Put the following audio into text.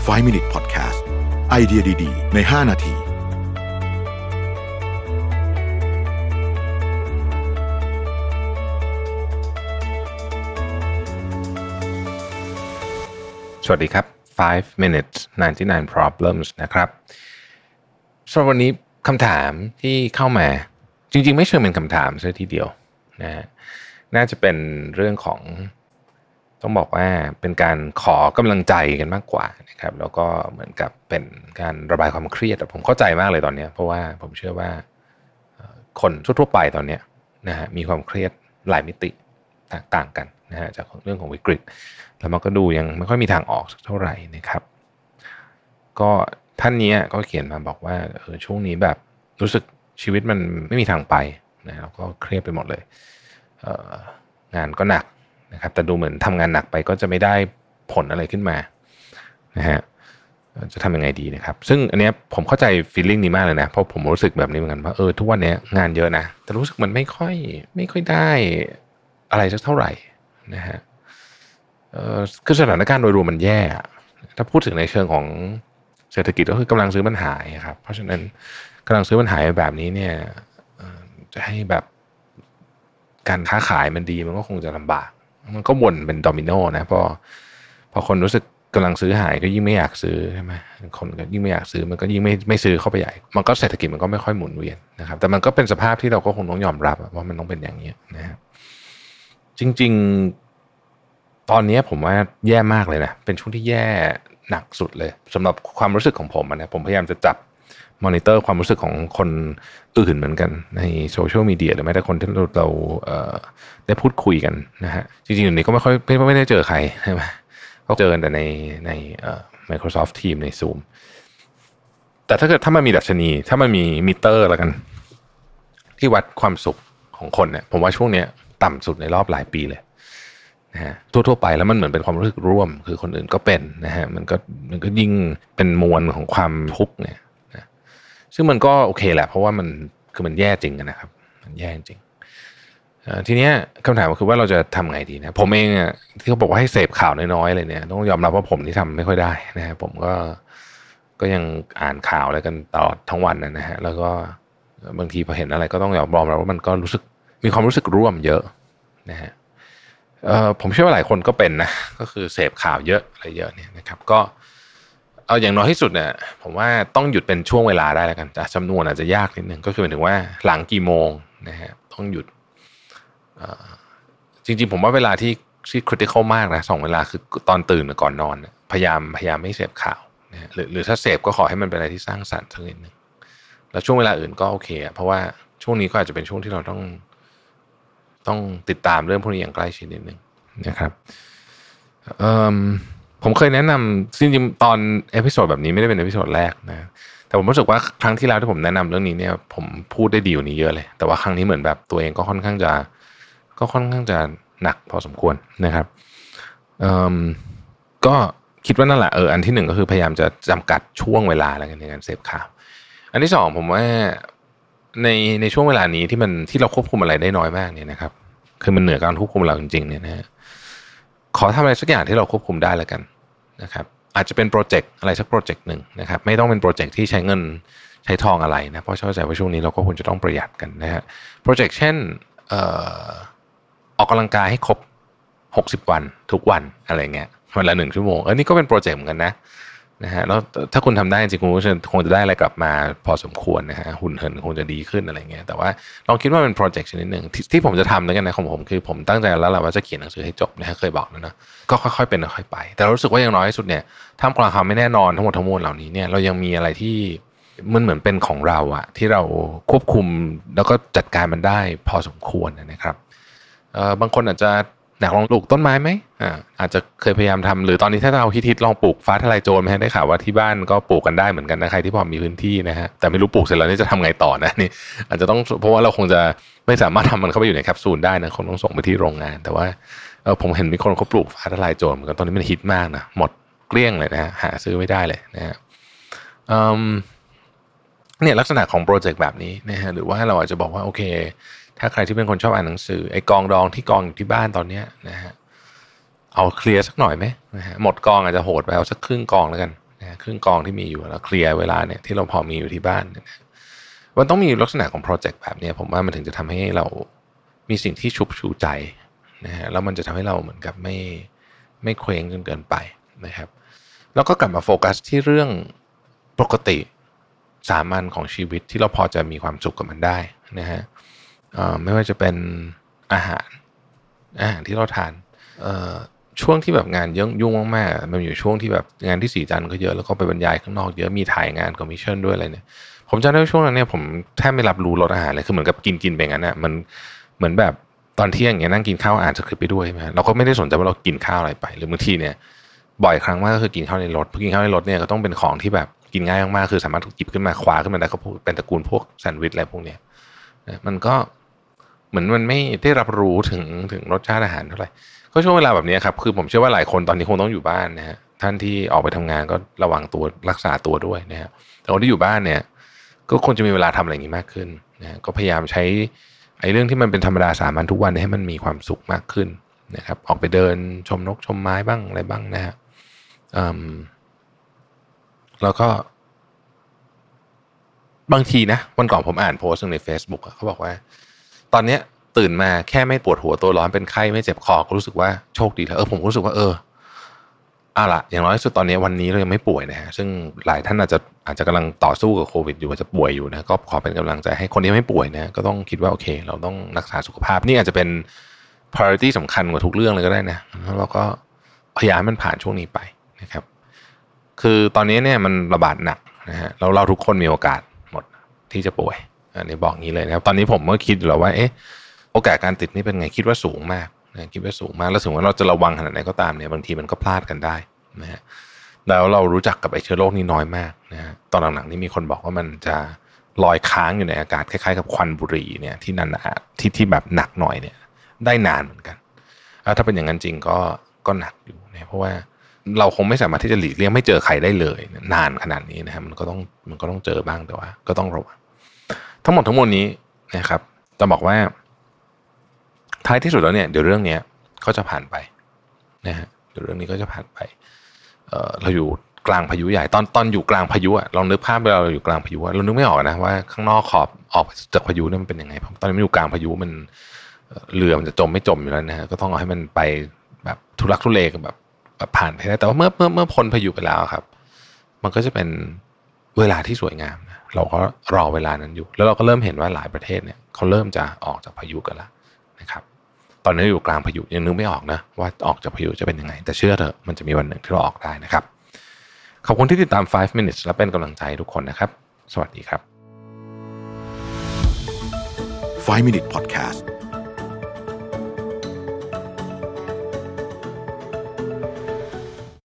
5 Minute Podcast ไอเดียดีๆใน5นาทีสวัสดีครับ5 minutes 99 problems นะครับสำหรับวันนี้คำถามที่เข้ามาจริงๆไม่เชิงเป็นคำถามซะทีเดียวนะฮะน่าจะเป็นเรื่องของต้องบอกว่าเป็นการขอกำลังใจกันมากกว่านะครับแล้วก็เหมือนกับเป็นการระบายความเครียดผมเข้าใจมากเลยตอนนี้เพราะว่าผมเชื่อว่าคนทั่วๆไปตอนนี้นะฮะมีความเครียดหลายมิติต่างกันนะฮะจากเรื่องของวิกฤตแล้วมันก็ดูยังไม่ค่อยมีทางออกเท่าไหร่นะครับก็ท่านนี้ก็เขียนมาบอกว่าช่วงนี้แบบรู้สึกชีวิตมันไม่มีทางไปนะแล้วก็เครียดไปหมดเลยงานก็หนักนะครับแต่ดูเหมือนทำงานหนักไปก็จะไม่ได้ผลอะไรขึ้นมานะฮะจะทำยังไงดีนะครับซึ่งอันเนี้ยผมเข้าใจ feeling นี้มากเลยนะเพราะผมรู้สึกแบบนี้เหมือนกันว่าทุกวันนี้งานเยอะนะแต่รู้สึกมันไม่ค่อยได้อะไรสักเท่าไหร่นะฮะคือสถานการณ์โดยรวมมันแย่ถ้าพูดถึงในเชิงของเศรษฐกิจก็คือกำลังซื้อมันหายครับเพราะฉะนั้นกำลังซื้อมันหายแบบนี้เนี่ยจะให้แบบการค้าขายมันดีมันก็คงจะลำบากมันก็วนเป็นโดมิโนนะพอคนรู้สึกกำลังซื้อหายก็ยิ่งไม่อยากซื้อใช่ไหมคนก็ยิ่งไม่อยากซื้อมันก็ยิ่งไม่ซื้อเข้าไปใหญ่มันก็เศรษฐกิจมันก็ไม่ค่อยหมุนเวียนนะครับแต่มันก็เป็นสภาพที่เราก็คงต้องยอมรับว่ามันต้องเป็นอย่างนี้นะครับจริงๆตอนนี้ผมว่าแย่มากเลยนะเป็นช่วงที่แย่หนักสุดเลยสำหรับความรู้สึกของผมนะผมพยายามจะจับมอนิเตอร์ความรู้สึกของคนอื่นเหมือนกันในโซเชียลมีเดียหรือแม้แต่คนที่เราได้พูดคุยกันนะฮะจริงๆอยู่นี้ก็ไม่ได้เจอใครใช่ไหมก็เจอกันแต่ในMicrosoft Teams ใน Zoom แต่ถ้ามันมีดัชนีถ้ามันมีมิเตอร์แล้วกันที่วัดความสุขของคนเนี่ยผมว่าช่วงเนี้ยต่ำสุดในรอบหลายปีเลยนะฮะทั่วไปแล้วมันเหมือนเป็นความรู้สึกร่วมคือคนอื่นก็เป็นนะฮะมันก็ยิ่งเป็นมวลของความทุกข์เนี่ยนะซึ่งมันก็โอเคแหละเพราะว่ามันแย่จริงนะครับมันแย่จริงทีเนี้ยคำถามก็คือว่าเราจะทำไงดีนะผมเองที่เขาบอกว่าให้เสพข่าวน้อยๆเลยเนี่ยต้องยอมรับว่าผมที่ทำไม่ค่อยได้นะฮะผมก็ยังอ่านข่าวอะไรกันตลอดทั้งวันนะฮะแล้วก็บางทีพอเห็นอะไรก็ต้องยอมรับว่ามันก็มีความรู้สึกร่วมเยอะนะฮะผมเชื่อว่าหลายคนก็เป็นนะก็คือเสพข่าวเยอะอะไรเยอะเนี่ยนะครับก็เอาอย่างน้อยที่สุดเนี่ยผมว่าต้องหยุดเป็นช่วงเวลาได้แล้วกันแต่จำนวนอาจจะยากนิดนึงก็คือหมายถึงว่าหลังกี่โมงนะฮะต้องหยุดจริงๆผมว่าเวลาที่ critical มากนะ2เวลาคือตอนตื่นกับก่อนนอนพยายามไม่เสพข่าวนะหรือถ้าเสพก็ขอให้มันเป็นอะไรที่สร้างสรรค์สักนิดนึงแล้วช่วงเวลาอื่นก็โอเคเพราะว่าช่วงนี้ก็อาจจะเป็นช่วงที่เราต้องติดตามเรื่องพวกนี้อย่างใกล้ชิดนิดนึงนะครับผมเคยแนะนำจริงๆตอนเอพิโซดแบบนี้ไม่ได้เป็นเอพิโซดแรกนะแต่ผมรู้สึกว่าครั้งที่แล้วที่ผมแนะนำเรื่องนี้เนี่ยผมพูดได้ดีกว่านี้เยอะเลยแต่ว่าครั้งนี้เหมือนแบบตัวเองก็ค่อนข้างจะหนักพอสมควรนะครับก็คิดว่านั่นแหละอันที่หนึ่งก็คือพยายามจะจำกัดช่วงเวลาอะไรกันในการเสพข่าวอันที่สองผมว่าในช่วงเวลานี้ที่เราควบคุมอะไรได้น้อยมากเนี่ยนะครับคือมันเหนือการควบคุมเราจริงๆเนี่ยนะฮะขอทำอะไรสักอย่างที่เราควบคุมได้แล้วกันนะครับอาจจะเป็นโปรเจกต์อะไรสักโปรเจกต์หนึ่งนะครับไม่ต้องเป็นโปรเจกต์ที่ใช้เงินใช้ทองอะไรนะเพราะเข้าใจว่าช่วงนี้เราก็ควรจะต้องประหยัดกันนะฮะโปรเจกต์เช่นออกกำลังกายให้ครบ60วันทุกวันอะไรเงี้ยวันละ1ชั่วโมงนี่ก็เป็นโปรเจกต์เหมือนกันนะฮะแล้วถ้าคุณทำได้จริงๆคุณคงจะได้อะไรกลับมาพอสมควรนะฮะหุ่นเหินคงจะดีขึ้นอะไรเงี้ยแต่ว่าลองคิดว่าเป็นโปรเจกต์ชนิดหนึ่งที่ผมจะทำแล้วกันนะของผมคือผมตั้งใจแล้วแหละว่าจะเขียนหนังสือให้จบนะฮะเคยบอกแล้วนะก็ค่อยๆเป็นค่อยๆไปแต่รู้สึกว่าอย่างน้อยที่สุดเนี่ยท่ามกลางความไม่แน่นอนทั้งหมดเหล่านี้เนี่ยเรายังมีอะไรที่มันเหมือนเป็นของเราอะที่เราควบคุมแล้วก็จัดการมันได้พอสมควรนะครับบางคนอาจจะอยากลองปลูกต้นไม้ไหมอาจจะเคยพยายามทำหรือตอนนี้ถ้าเราฮิตลองปลูกฟ้าทลายโจรไหมได้ข่าวว่าที่บ้านก็ปลูกกันได้เหมือนกันนะใครที่พอมีพื้นที่นะฮะแต่ไม่รู้ปลูกเสร็จแล้วนี่จะทำไงต่อนะนี่อาจจะต้องเพราะว่าเราคงจะไม่สามารถทำมันเข้าไปอยู่ในแคปซูลได้นะคงต้องส่งไปที่โรงงานแต่ว่าผมเห็นมีคนเขาปลูกฟ้าทลายโจรเหมือนกันตอนนี้มันฮิตมากนะหมดเกลี้ยงเลยนะฮะหาซื้อไม่ได้เลยนะฮะเนี่ยลักษณะของโปรเจกต์แบบนี้นะฮะหรือว่าเราอาจจะบอกว่าโอเคถ้าใครที่เป็นคนชอบอ่านหนังสือไอ้กองดองที่กองอยู่ที่บ้านตอนนี้นะฮะเอาเคลียร์สักหน่อยไหมนะฮะหมดกองอาจจะโหดไปเอาสักครึ่งกองแล้วกันครึ่งกองที่มีอยู่แล้วเคลียร์เวลาเนี่ยที่เราพอมีอยู่ที่บ้านเนี่ยมันต้องมีลักษณะของโปรเจกต์แบบนี้ผมว่ามันถึงจะทำให้เรามีสิ่งที่ชุบชูใจนะฮะแล้วมันจะทำให้เราเหมือนกับไม่เคว้งจนเกินไปนะครับแล้วก็กลับมาโฟกัสที่เรื่องปกติสามัญของชีวิตที่เราพอจะมีความสุขกับมันได้นะฮะไม่ว่าจะเป็นอาหารที่เราทานช่วงที่แบบงานยุ่งมากๆมันอยู่ช่วงที่แบบงานที่สีจันทร์ก็เยอะแล้วก็ไปบรรยายข้างนอกเยอะมีถ่ายงานคอมมิชชั่นด้วยอะไรเนี่ยผมจำได้ว่าช่วงนั้นเนี่ยผมแทบไม่รับรู้รสอาหารเลยคือเหมือนกับกินไปงั้นน่ะมันเหมือนแบบตอนเที่ยงอย่างเงี้ยนั่งกินข้าวอ่านสคริปต์ไปด้วยใช่ไหมเราก็ไม่ได้สนใจว่าเรากินข้าวอะไรไปหรือบางทีเนี่ยบ่อยครั้งมากก็คือกินข้าวในรถพอกินข้าวในรถเนี่ยก็ต้องเป็นของที่แบบกินง่ายมากๆคือสามารถหยิบขึ้นมาคว้าขึ้นมาได้ก็เป็นตระกูลพวกแซนด์วิชอะไรพวกเนี้ยมันก็เหมือนมันไม่ได้รับรู้ถึงรสชาติอาหารเท่าไหร่ก็ช่วงเวลาแบบนี้ครับคือผมเชื่อว่าหลายคนตอนนี้คงต้องอยู่บ้านนะฮะท่านที่ออกไปทำงานก็ระวังตัวรักษาตัวด้วยนะฮะแต่คนที่อยู่บ้านเนี่ยก็คงจะมีเวลาทำอะไรอย่างนี้มากขึ้นนะก็พยายามใช้ไอ้เรื่องที่มันเป็นธรรมดาสามัญทุกวันให้มันมีความสุขมากขึ้นนะครับออกไปเดินชมนกชมไม้บ้างอะไรบ้างนะฮะแล้วก็บางทีนะวันก่อนผมอ่านโพสต์ใน Facebook เขาบอกว่าตอนเนี้ยตื่นมาแค่ไม่ปวดหัวตัวร้อนเป็นไข้ไม่เจ็บคอก็รู้สึกว่าโชคดีแล้วผมรู้สึกว่าล่ะอย่างน้อยที่สุดตอนนี้วันนี้เรายังไม่ป่วยนะฮะซึ่งหลายท่านอาจจะกำลังต่อสู้กับโควิดอยู่อาจจะป่วยอยู่นะก็ขอเป็นกำลังใจให้คนที่ไม่ป่วยนะก็ต้องคิดว่าโอเคเราต้องรักษาสุขภาพนี่อาจจะเป็น priority สำคัญกว่าทุกเรื่องเลยก็ได้นะแล้วเราก็พยายามมันผ่านช่วงนี้ไปนะครับคือตอนนี้เนี่ยมันระบาดหนักนะฮะเราทุกคนมีโอกาสหมดที่จะป่วยอันนี้บอกงี้เลยนะครับตอนนี้ผมก็คิดอยู่แล้วว่าโอกาสการติดนี่เป็นไงคิดว่าสูงมากนะคิดว่าสูงมากแล้วถึงว่าเราจะระวังขนาดไหนก็ตามเนี่ยบางทีมันก็พลาดกันได้นะฮะแล้วเรารู้จักกับไอ้เชื้อโรคนี้น้อยมากนะฮะตอนหลังๆนี่มีคนบอกว่ามันจะลอยค้างอยู่ในอากาศคล้ายๆกับควันบุหรี่เนี่ยที่นานๆที่แบบหนักหน่อยเนี่ยได้นานเหมือนกันถ้าเป็นอย่างนั้นจริงก็หนักอยู่นะเพราะว่าเราคงไม่สามารถที่จะหลีกเลี่ยงไม่เจอใครได้เลยนานขนาดนี้นะฮะมันก็ต้องเจอบ้างแต่ว่าก็ต้องระวังทั้งหมดทั้งมวลนี้นะครับจะบอกว่าท้ายที่สุดแล้วเนี่ยเดี๋ยวเรื่องนี้ก็จะผ่านไปนะฮะเดี๋ยวเรื่องนี้ก็จะผ่านไปเราอยู่กลางพายุใหญ่ตอนอยู่กลางพายุลองนึกภาพเวลาเราอยู่กลางพายุเรานึกไม่ออกนะว่าข้างนอกขอบออกจากพายุเนี่ยมันเป็นยังไงตอนนี้มันอยู่กลางพายุมันเรือมันจะจมไม่จมอยู่แล้วนะฮะก็ต้องเอาให้มันไปแบบทุลักทุเลแบบผ่านไปได้แต่ว่าเมื่อพ้นพายุไปแล้วครับมันก็จะเป็นเวลาที่สวยงามนะเราก็รอเวลานั้นอยู่แล้วเราก็เริ่มเห็นว่าหลายประเทศเนี่ยเขาเริ่มจะออกจากพายุกันแล้วนะครับตอนนี้อยู่กลางพายุยังนึกไม่ออกนะว่าออกจากพายุจะเป็นยังไงแต่เชื่อเถอะมันจะมีวันหนึ่งที่เราออกได้นะครับขอบคุณที่ติดตาม 5 minutes และเป็นกำลังใจให้ทุกคนนะครับสวัสดีครับ 5 minute podcast